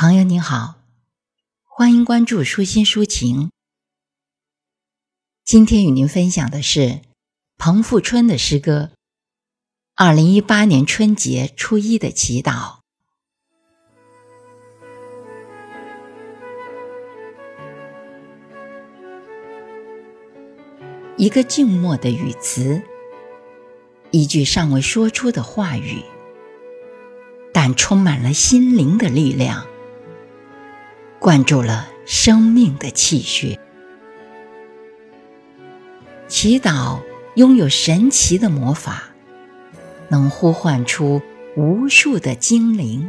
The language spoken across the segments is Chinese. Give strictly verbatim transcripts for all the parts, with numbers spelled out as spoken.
朋友您好，欢迎关注舒心抒情。今天与您分享的是彭富春的诗歌《二零一八年春节初一的祈祷》。一个静默的语词，一句尚未说出的话语，但充满了心灵的力量，灌注了生命的气血。祈祷拥有神奇的魔法，能呼唤出无数的精灵。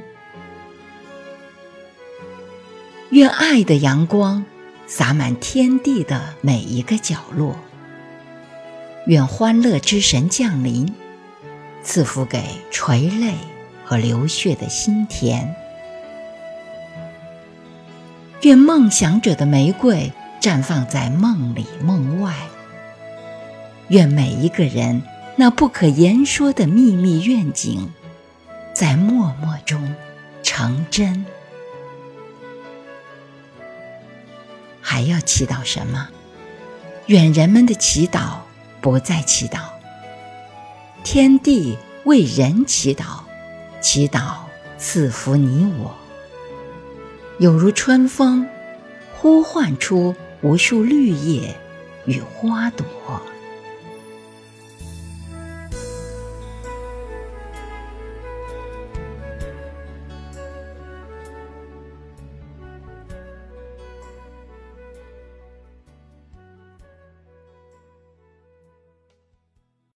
愿爱的阳光洒满天地的每一个角落，愿欢乐之神降临，赐福给垂泪和流血的心田。愿梦想者的玫瑰绽放在梦里梦外，愿每一个人那不可言说的秘密愿景在默默中成真。还要祈祷什么？愿人们的祈祷不再祈祷，天地为人祈祷，祈祷赐福你我，有如春风呼唤出无数绿叶与花朵。